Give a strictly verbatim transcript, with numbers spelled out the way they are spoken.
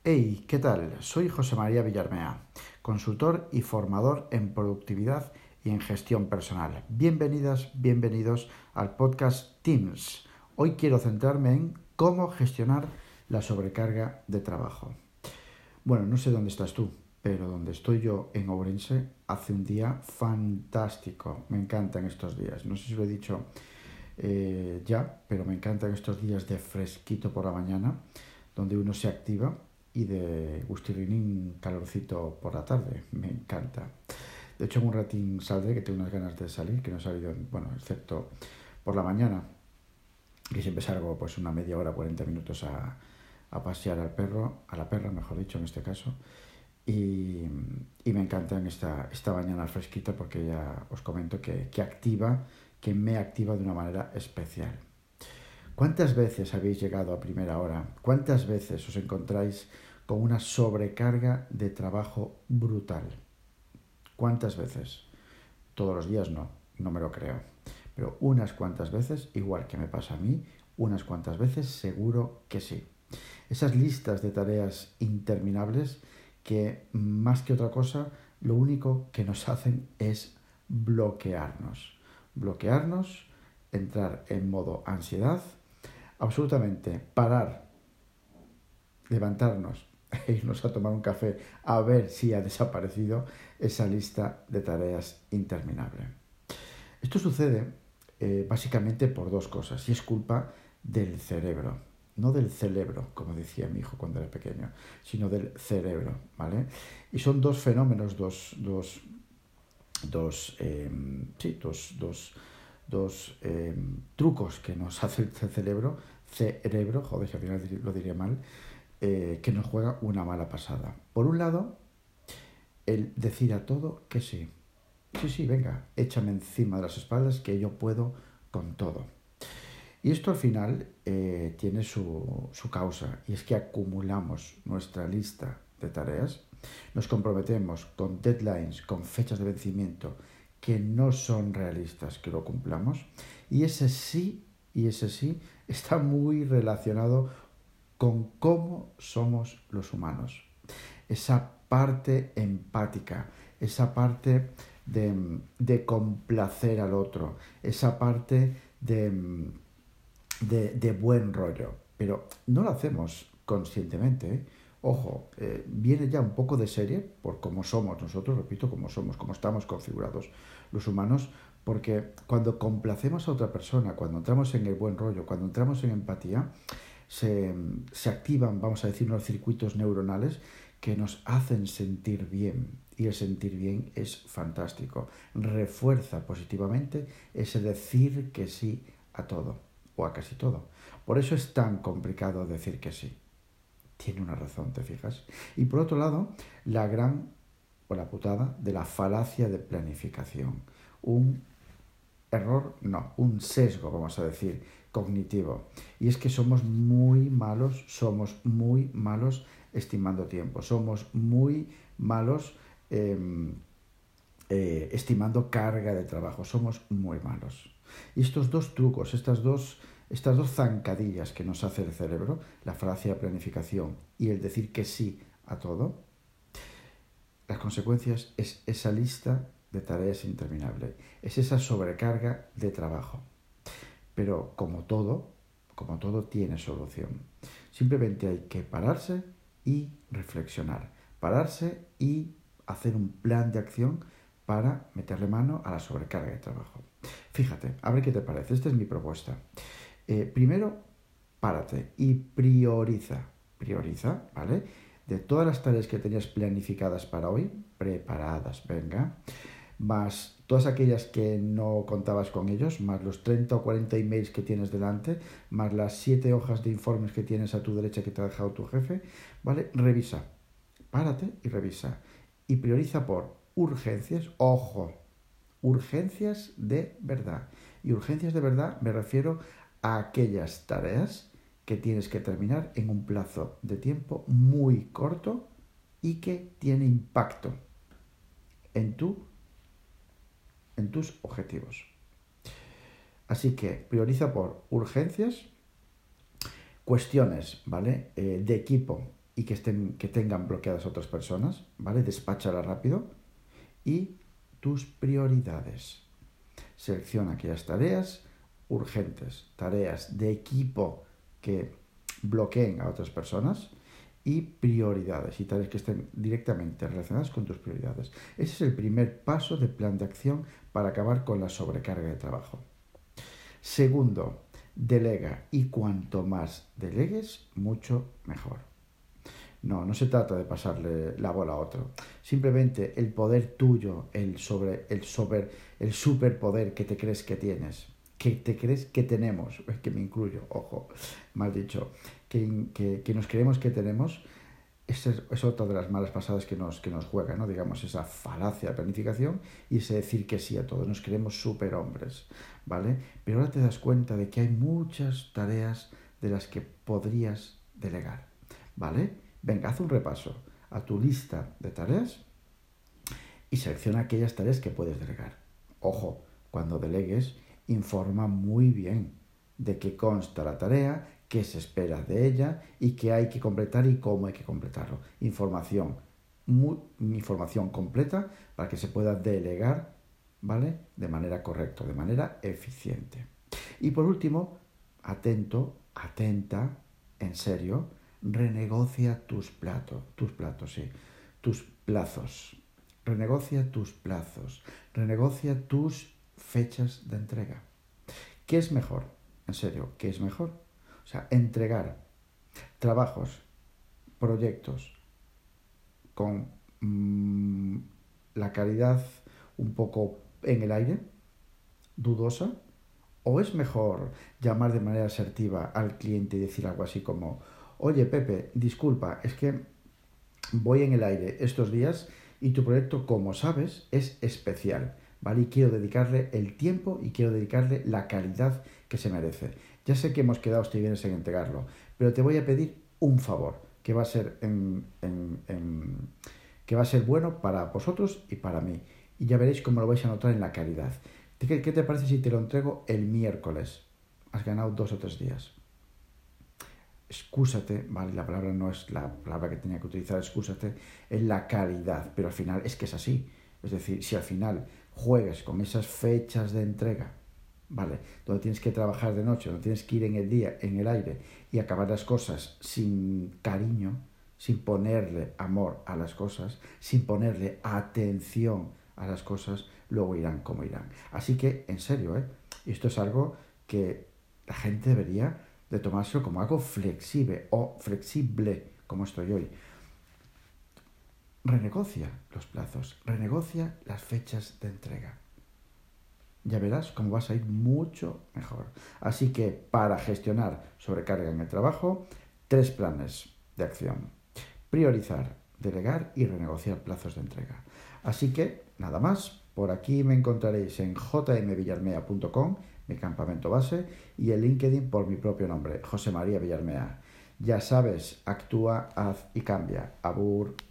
Hey, ¿qué tal? Soy José María Villarmea, consultor y formador en productividad y en gestión personal. Bienvenidas, bienvenidos al podcast Teams. Hoy quiero centrarme en cómo gestionar la sobrecarga de trabajo. Bueno, no sé dónde estás tú, pero donde estoy yo en Ourense hace un día fantástico. Me encantan estos días. No sé si lo he dicho eh, ya, pero me encantan estos días de fresquito por la mañana, donde uno se activa, y de gustirrinín calorcito por la tarde. Me encanta. De hecho, en un ratín saldré, que tengo unas ganas de salir, que no he salido, bueno, excepto por la mañana, que siempre salgo pues una media hora, cuarenta minutos a, a pasear al perro, a la perra, mejor dicho, en este caso. Y, y me encanta en esta, esta mañana fresquita porque ya os comento que, que activa, que me activa de una manera especial. ¿Cuántas veces habéis llegado a primera hora? ¿Cuántas veces os encontráis con una sobrecarga de trabajo brutal? ¿Cuántas veces? Todos los días no, no me lo creo. Pero unas cuantas veces, igual que me pasa a mí, unas cuantas veces seguro que sí. Esas listas de tareas interminables que más que otra cosa, lo único que nos hacen es bloquearnos. Bloquearnos, entrar en modo ansiedad, absolutamente parar, levantarnos e irnos a tomar un café a ver si ha desaparecido esa lista de tareas interminable. Esto sucede eh, básicamente por dos cosas y es culpa del cerebro, no del cerebro, como decía mi hijo cuando era pequeño, sino del cerebro, ¿vale? Y son dos fenómenos, dos, dos, dos, eh, sí, dos, dos, dos eh, trucos que nos hace el cerebro, cerebro, joder, si al final lo diré mal, eh, que nos juega una mala pasada. Por un lado, el decir a todo que sí. Sí, sí, venga, échame encima de las espaldas que yo puedo con todo. Y esto al final eh, tiene su, su causa, y es que acumulamos nuestra lista de tareas, nos comprometemos con deadlines, con fechas de vencimiento que no son realistas que lo cumplamos, y ese sí, y ese sí está muy relacionado con cómo somos los humanos. Esa parte empática, esa parte de, de complacer al otro, esa parte de, de, de buen rollo. Pero no lo hacemos conscientemente, ¿eh? Ojo, eh, viene ya un poco de serie por cómo somos nosotros, repito, cómo somos, cómo estamos configurados los humanos, porque cuando complacemos a otra persona, cuando entramos en el buen rollo, cuando entramos en empatía, se, se activan, vamos a decir, unos circuitos neuronales que nos hacen sentir bien. Y el sentir bien es fantástico. Refuerza positivamente ese decir que sí a todo, o a casi todo. Por eso es tan complicado decir que sí. Tiene una razón, ¿te fijas? Y por otro lado, la gran, o la putada, de la falacia de planificación. Un error, no, un sesgo, vamos a decir, cognitivo. Y es que somos muy malos, somos muy malos estimando tiempo, somos muy malos eh, eh, estimando carga de trabajo, somos muy malos. Y estos dos trucos, estas dos, estas dos zancadillas que nos hace el cerebro, la falacia de planificación y el decir que sí a todo, las consecuencias es esa lista de tareas interminable, es esa sobrecarga de trabajo. Pero como todo, como todo tiene solución. Simplemente hay que pararse y reflexionar. Pararse y hacer un plan de acción para meterle mano a la sobrecarga de trabajo. Fíjate, a ver qué te parece. Esta es mi propuesta. Eh, primero, párate y prioriza. Prioriza, ¿vale? De todas las tareas que tenías planificadas para hoy, preparadas, venga, más todas aquellas que no contabas con ellos, más los treinta o cuarenta emails que tienes delante, más las siete hojas de informes que tienes a tu derecha que te ha dejado tu jefe, ¿vale? Revisa, párate y revisa. Y prioriza por urgencias, ojo, urgencias de verdad. Y urgencias de verdad me refiero a aquellas tareas que tienes que terminar en un plazo de tiempo muy corto y que tiene impacto en tu en tus objetivos. Así que prioriza por urgencias, cuestiones, ¿vale? Eh, de equipo, y que, estén, que tengan bloqueadas otras personas, ¿vale? Despáchala rápido. Y tus prioridades. Selecciona aquellas tareas urgentes, tareas de equipo que bloqueen a otras personas y prioridades y tareas que estén directamente relacionadas con tus prioridades. Ese es el primer paso de plan de acción para acabar con la sobrecarga de trabajo. Segundo, delega, y cuanto más delegues, mucho mejor. No, no se trata de pasarle la bola a otro. Simplemente el poder tuyo, el sobre, el sobre, el superpoder que te crees que tienes, que te crees que tenemos, es que me incluyo, ojo, mal dicho, que, que, que nos creemos que tenemos, esa es, es otra de las malas pasadas que nos, que nos juega, ¿no? Digamos, esa falacia de planificación y ese decir que sí a todo. Nos creemos superhombres, ¿vale? Pero ahora te das cuenta de que hay muchas tareas de las que podrías delegar, ¿vale? Venga, haz un repaso a tu lista de tareas y selecciona aquellas tareas que puedes delegar. Ojo, cuando delegues, informa muy bien de qué consta la tarea, qué se espera de ella y qué hay que completar y cómo hay que completarlo. Información, muy, información completa para que se pueda delegar, ¿vale? De manera correcta, de manera eficiente. Y por último, atento, atenta, en serio, renegocia tus platos, tus platos, sí, tus plazos. Renegocia tus plazos, renegocia tus fechas de entrega. ¿Qué es mejor? En serio, ¿qué es mejor? O sea, entregar trabajos, proyectos con mmm, la calidad un poco en el aire, dudosa, o es mejor llamar de manera asertiva al cliente y decir algo así como: oye, Pepe, disculpa, es que voy en el aire estos días y tu proyecto, como sabes, es especial, ¿vale? Y quiero dedicarle el tiempo y quiero dedicarle la calidad que se merece. Ya sé que hemos quedado este viernes en entregarlo, pero te voy a pedir un favor, que va a ser, en, en, en, que va a ser bueno para vosotros y para mí. Y ya veréis cómo lo vais a notar en la calidad. ¿Qué, qué te parece si te lo entrego el miércoles? Has ganado dos o tres días. Excúsate, ¿vale? La palabra no es la palabra que tenía que utilizar, excúsate, es la calidad, pero al final es que es así. Es decir, si al final juegas con esas fechas de entrega, ¿vale? Donde tienes que trabajar de noche, donde tienes que ir en el día, en el aire, y acabar las cosas sin cariño, sin ponerle amor a las cosas, sin ponerle atención a las cosas, luego irán como irán. Así que, en serio, ¿eh? Esto es algo que la gente debería de tomárselo como algo flexible o flexible, como estoy hoy. Renegocia los plazos, renegocia las fechas de entrega. Ya verás cómo vas a ir mucho mejor. Así que para gestionar sobrecarga en el trabajo, tres planes de acción: priorizar, delegar y renegociar plazos de entrega. Así que, nada más, por aquí me encontraréis en j m villarmea punto com, mi campamento base, y en LinkedIn por mi propio nombre, José María Villarmea. Ya sabes, actúa, haz y cambia. Abur.